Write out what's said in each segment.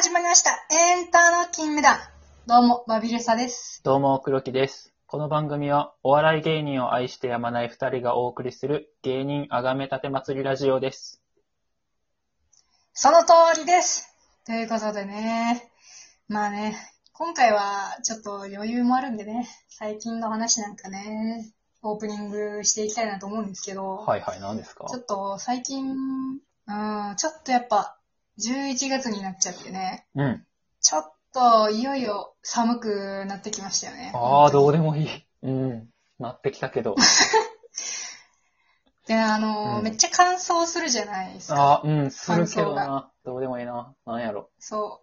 始まりました。エンターの金メダル。どうも、バビレサです。 どうも、黒木です。この番組は、お笑い芸人を愛してやまない二人がお送りする、芸人あがめたて祭りラジオです。 その通りです。ということでね、まあね、今回はちょっと余裕もあるんでね、最近の話なんかね、オープニングしていきたいなと思うんですけど、 はいはい、何ですか？ ちょっと最近、ちょっとやっぱ、11月になっちゃってね、 うん。 ちょっといよいよ寒くなってきましたよね。 ああ、どうでも。 もいい。うん。なってきたけど。 で、めっちゃ乾燥するじゃないですか。 ああ、うん、す乾るけ燥が。 どな。どうでもいいな。なんやろ。 そう。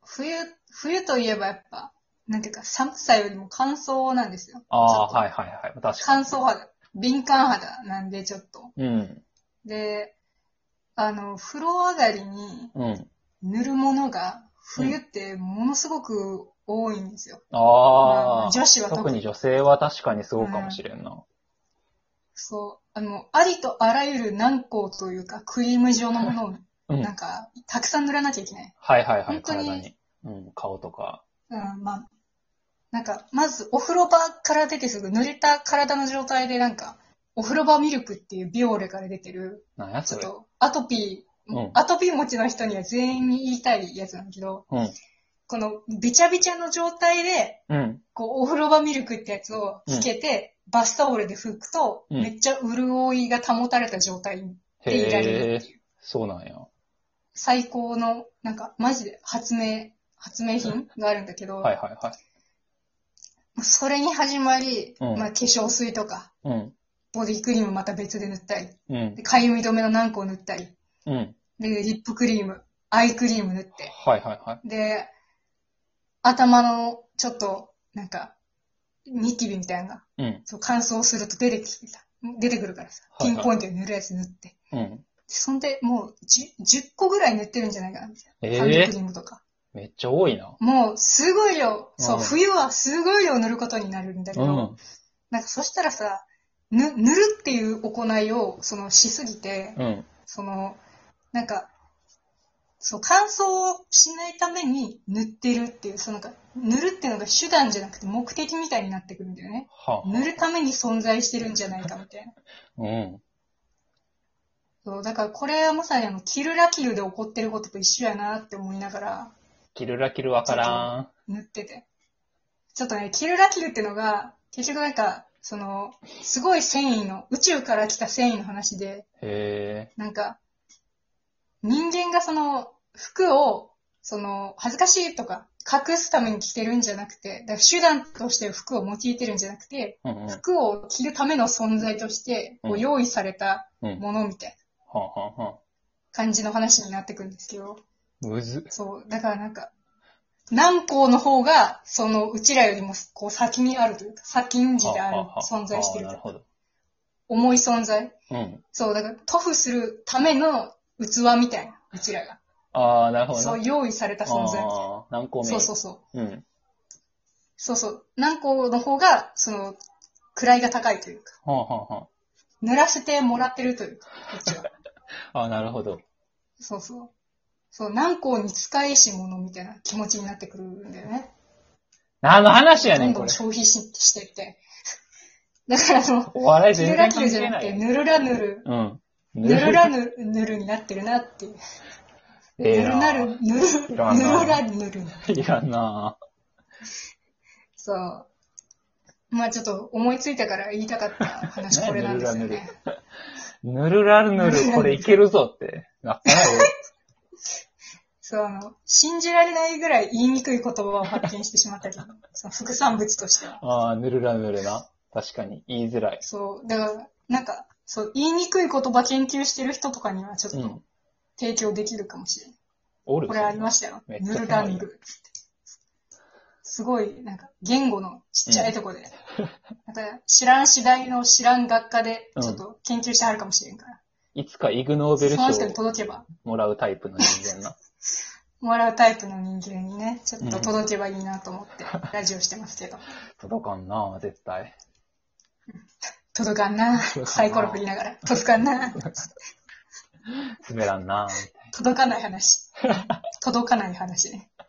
冬といえばやっぱ、なんていうか寒さよりも乾燥なんですよ。 ああ、 ちょっと。 はいはいはい。確か乾燥肌。敏感肌なんでちょっと。 に。うん。 で、風呂上がりにうん。 塗るものが冬ってものすごく多いんですよ。まあ、 ああ、 女子は特に。 特に女性は確かにそうかもしうん。 れんな。 そう。ありとあらゆる軟膏というか、クリーム状のものを、 うん。 なんか、たくさん塗らなきゃいけない。 はいはいはい、 本当に、 体に。うん、顔とか。 まあ、なんか、まず、お風呂場から出てすぐ、濡れた体の状態で、なんか、お風呂場ミルクっていうビオレから出てる、 なんやそれ。 ちょっと、アトピー持ちの人には全員に言いたいやつなんだけど、 うん。 この、びちゃびちゃの状態で、 うん。 こう、お風呂場ミルクってやつをつけて、バスタオルで拭くと、 うん。 めっちゃ潤いが保たれた状態でいられるっていう。 そうなんや。 最高の、なんか、マジで発明品があるんだけど、 はいはいはい。 それに始まり、 うん。 まあ、化粧水とか、 うん。 ボディクリームまた別で塗ったり、 うん。 でかゆみ止めの軟膏塗ったり、 うん。 で、リップクリーム、アイクリーム塗って、 はいはいはい。 で、頭のちょっと、なんか、ニキビみたいなのが、 うん。 そう乾燥すると出てくるからさ、 はいはい。 ピンポイントで塗るやつ塗って、 うん。 そんで、もう10個ぐらい塗ってるんじゃないかな、みたいな。ハンドクリームとか。 めっちゃ多いな。 もう、すごい量、そう、 うん冬はすごい量塗ることになるんだけど、 うん。 なんかそしたらさ、塗るっていう行いを、しすぎて、 うん。 なんか、そう、乾燥しないために塗ってるっていう、なんか、塗るっていうのが手段じゃなくて目的みたいになってくるんだよね。 はあ、は塗るために存在してるんじゃないかみたいな。 あ。うん。 そう、だからこれはまさにキルラキルで起こってることと一緒やなって思いながら、 キルラキルわかちょっとらん。 塗ってて。ちょっとね、キルラキルっていうのが、結局なんか、すごい繊維の、宇宙から来た繊維の話で、 へえ。 なんか、人間が服を、恥ずかしいとか、隠すために着てるんじゃなくて、だから手段として服を用いてるんじゃなくて、 うんうん。 服を着るための存在として、こううん用意されたうん。 ものみたいなはあ、はあはあ、 感じの話になってくるんですけど、 むず。 そう、だからなんか、南光の方が、うちらよりも、こう、先にあるというか、先んじはである、 あはあは存在してあ。ああ、 るというか、 なるほど。 重い存在。 うん。 そう、だから、塗布するための器みたいな、うちらが。 ああ、なるほどそう、 な。 用意された存在みたいな。 ああ、何個目。 そうそうそう。 うん。 そうそう。南光の方が、位が高いというか、 はあはあは塗らせてもらってるというか、こっちは。 あ。ああ、なるほど。 そうそう。そう、南光に使えし者みたいな気持ちになってくるんだよね。 何の話やねん、 どんどんこれ。 消費してって。だからお笑いキル全然ラキルじゃ関係ないやん。 なくて、ヌルラヌル、 うん。 ヌルラヌルになってるなっていう。ヌルラヌいらんな。 ルラヌル。 いらんな。 そう。まあちょっと思いついたから言いたかった話これなんですよね。 ぬるらるぬる、これいけるぞってなったな、 そう、信じられないぐらい言いにくい言葉を発見してしまったけど、副産物としては。 ああ、ぬるらぬるな。確かに、言いづらい。 そう、だから、なんか、そう、言いにくい言葉研究してる人とかにはちょっと提供できるかもしれない。 おるこれありましたよ。 めっちゃヌルラヌル。すごい、なんか、言語のちっちゃいとこで、なんか、知らん次第の知らん学科で、ちょっと研究してはるかもしれんから。 いつかイグノーベルその人に賞届けば、 もらうタイプの人間な。 もらうタイプの人間にね、ちょっと届けばいいなと思って、ラジオしてますけど。 届かんな、絶対。 届かんな。サイコロ振りながら。届かんな。 滑らんな。 届かない話。届かない話ね。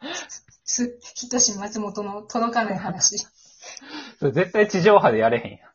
ひとし松本の届かない話。 それ絶対地上波でやれへんやん。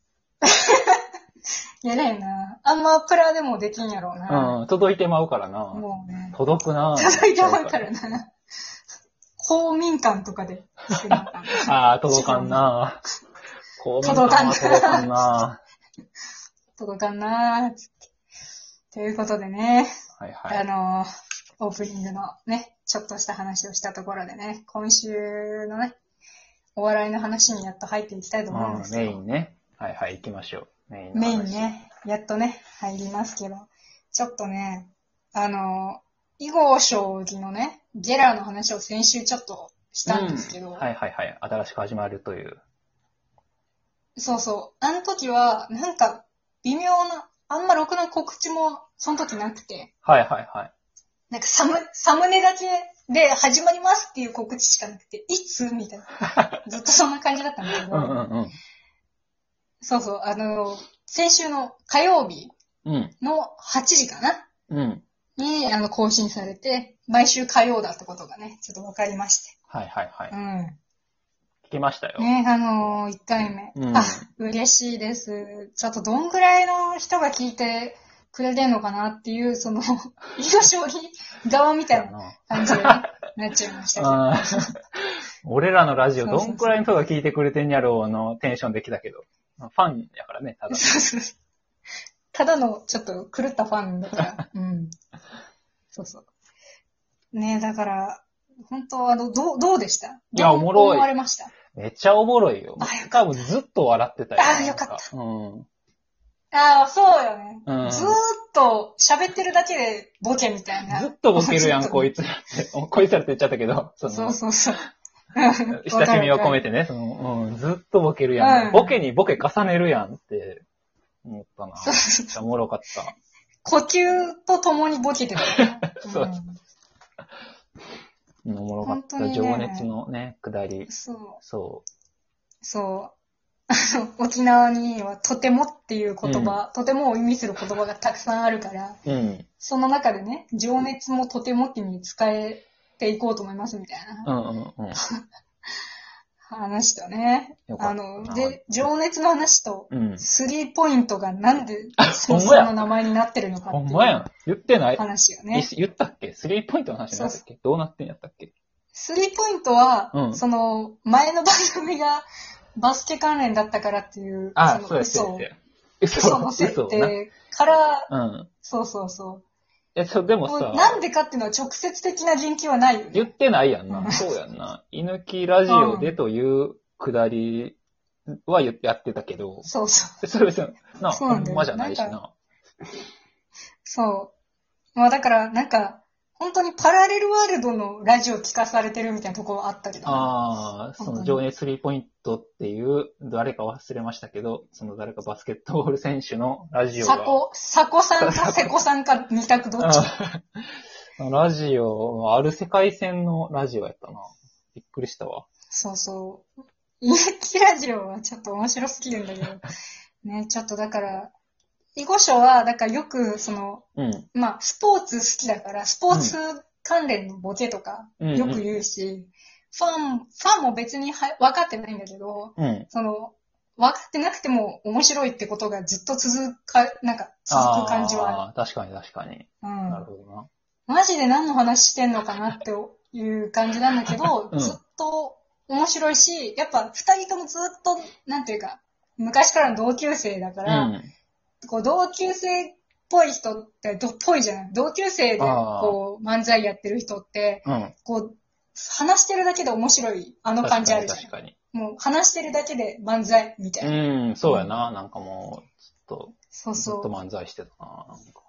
やれへんな。あんまプラでもできんやろうな。 うん、届いてまうからな。 もうね。 届くな。 届いてまうからな。公民館とかで作らなあかん。 ああ、届かんな。 届かんな届かんな。 届かんなーつって。ということでね、 はいはい。 オープニングのね、ちょっとした話をしたところでね、今週のね、お笑いの話にやっと入っていきたいと思うんですよ。 メインね。はいはい、行きましょう。メインね、やっとね、入りますけど、ちょっとね、囲碁将棋のね、ゲラーの話を先週ちょっとしたんですけど、 はいはいはい。新しく始まるという。 そうそう。あの時は、なんか、微妙な、あんまろくな告知も、その時なくて。 はいはいはい。 なんかサムネだけで始まりますっていう告知しかなくて、いつみたいな。ずっとそんな感じだったんだけど。そうそう。先週の火曜日の8時かな、に、更新されて、毎週火曜だってことがね、ちょっとわかりまして。 はいはいはい。 うん。 聞きましたよ。 ね、1回目。嬉しいです。ちょっとどんぐらいの人が聞いてくれてんのかなっていう、囲碁将棋側みたいな感じで、ね、なっちゃいましたけど。 俺らのラジオどんくらいの人が聞いてくれてんやろうのテンションできたけど。ファンやからね、ただの。 ただのちょっと狂ったファンだから。うん。そうそう。ね、だから、本当どうでした？ いや、おもろい。 思われました？ めっちゃおもろいよ。多分ずっと笑ってたよ。 よかった。 うん。 そうよね。ずーっと喋ってるだけでボケみたいな。 ずっとボケるやん、こいつらって。こいつらって言っちゃったけど。 そう。親しみを込めてね、ずっとボケるやん。ボケにボケ重ねるやんって思ったな。めっちゃおもろかった。 呼吸と共にボケてた。 そう。おもろかった。情熱のね、下り。そう。 沖縄にはとてもっていう言葉、とてもを意味する言葉がたくさんあるから、その中でね、情熱もとてもって意味に使えていこうと思いますみたいな。話とね。で、情熱の話と、スリーポイントがなんでその名前になってるのかっていう。 ほんまやん。言ってない話よね。 言ったっけ？スリーポイントの話なんだっけ？どうなってんやったっけ？ スリーポイントは、前の番組がバスケ関連だったからっていう、嘘の設定から、そう。 でもさ、 なんでかっていうのは直接的な人気はないよね。 言ってないやんな。そうやんな。居抜きラジオでというくだりはやってたけど。 そう。 それ別に、ほんまじゃないしな。 そう。まあだから、なんか、本当にパラレルワールドのラジオ聞かされてるみたいなところあったけど、ね。 その情熱スリーポイントっていう、誰か忘れましたけど、その誰かバスケットボール選手のラジオが。 サコさんかセコさんか二択どっちラジオ、ある世界線のラジオやったな。びっくりしたわ。 そう。居抜きラジオはちょっと面白すぎるんだけど。ね、ちょっとだから、囲碁書は、だからよく、まあ、スポーツ好きだから、スポーツ関連のボケとか、よく言うし、ファンも別に分かってないんだけど、分かってなくても面白いってことがずっと続く感じはある。 確かに。なるほどな。 マジで何の話してんのかなっていう感じなんだけど、ずっと面白いし、やっぱ二人ともずっと、なんていうか、昔からの同級生だから、同級生っぽい人って、ぽいじゃない。同級生で、漫才やってる人って、話してるだけで面白い、感じあるじゃん。確かに。もう、話してるだけで漫才みたいな。 そうやな。なんかもう、ずっと漫才してたな。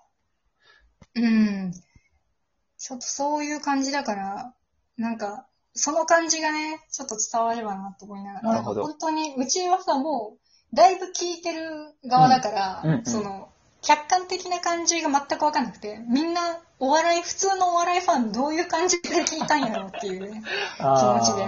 ちょっとそういう感じだから、なんか、その感じがね、ちょっと伝わればなと思いながら。なるほど。本当に、うちはさ、もう、だいぶ聞いてる側だから、客観的な感じが全くわかんなくて、みんな、普通のお笑いファンどういう感じで聞いたんやろうっていう、ね、気持ちで。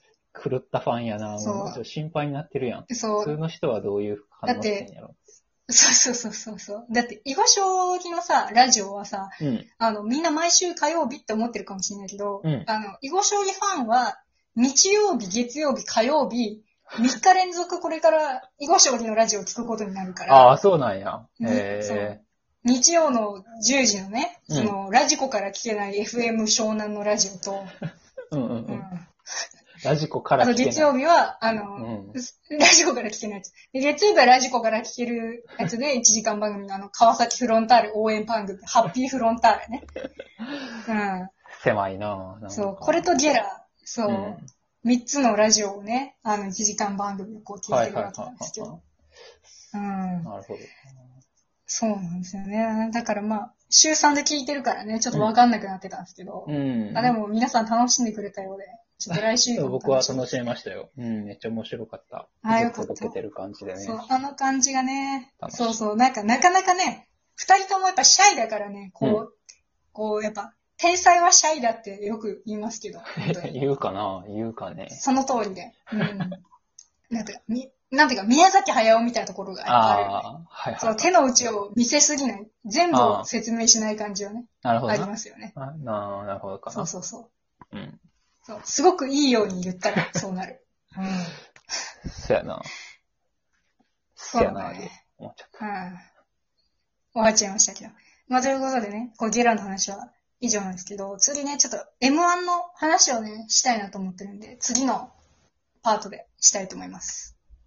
狂ったファンやな。そう。心配になってるやん。そう。普通の人はどういう反応してんやろ。 そう。だって、囲碁将棋のさ、ラジオはさ、 うん。 みんな毎週火曜日って思ってるかもしれないけど、 うん。 囲碁将棋ファンは、日曜日、月曜日、火曜日、3日連続これから囲碁将棋のラジオを聞くことになるから。 ああ、そうなんや。 そう日曜の10時のね、その、ラジコから聞けない FM 湘南のラジオと、 ラジコから聞けない。あと月曜日は、ラジコから聞けないやつ。月曜日はラジコから聞けるやつで1時間番組の川崎フロンターレ応援番組、ハッピーフロンターレね。 狭いなぁ。 そう、これとゲラ、そう、3つのラジオをね、1時間番組をこう聞いてるわけなんですけど。 なるほど。 そうなんですよね。だからまあ、週3で聞いてるからね、ちょっとわかんなくなってたんですけど。でも皆さん楽しんでくれたようで、ちょっと来週僕は楽しみましたよ。めっちゃ面白かった。 よかった。 届けてる感じでね。 そう、感じがね、そう、なんかなかなかね、2人ともやっぱシャイだからね、こう、やっぱ、天才はシャイだってよく言いますけど。 言うかな言うかね。 その通りで。なんていうか、宮崎駿みたいなところがある、ね。そう、手の内を見せすぎない。全部を説明しない感じはね。 なるほど。 ありますよね。 なるほどかな。 そう。そう、すごくいいように言ったらそうなる。 そうやな。そうやな、思っちゃった。 終わっちゃいましたけど。まあ、ということでね、ゲラの話は以上なんですけど、次ね、ちょっと M1 の話をね、したいなと思ってるんで、次のパートでしたいと思います。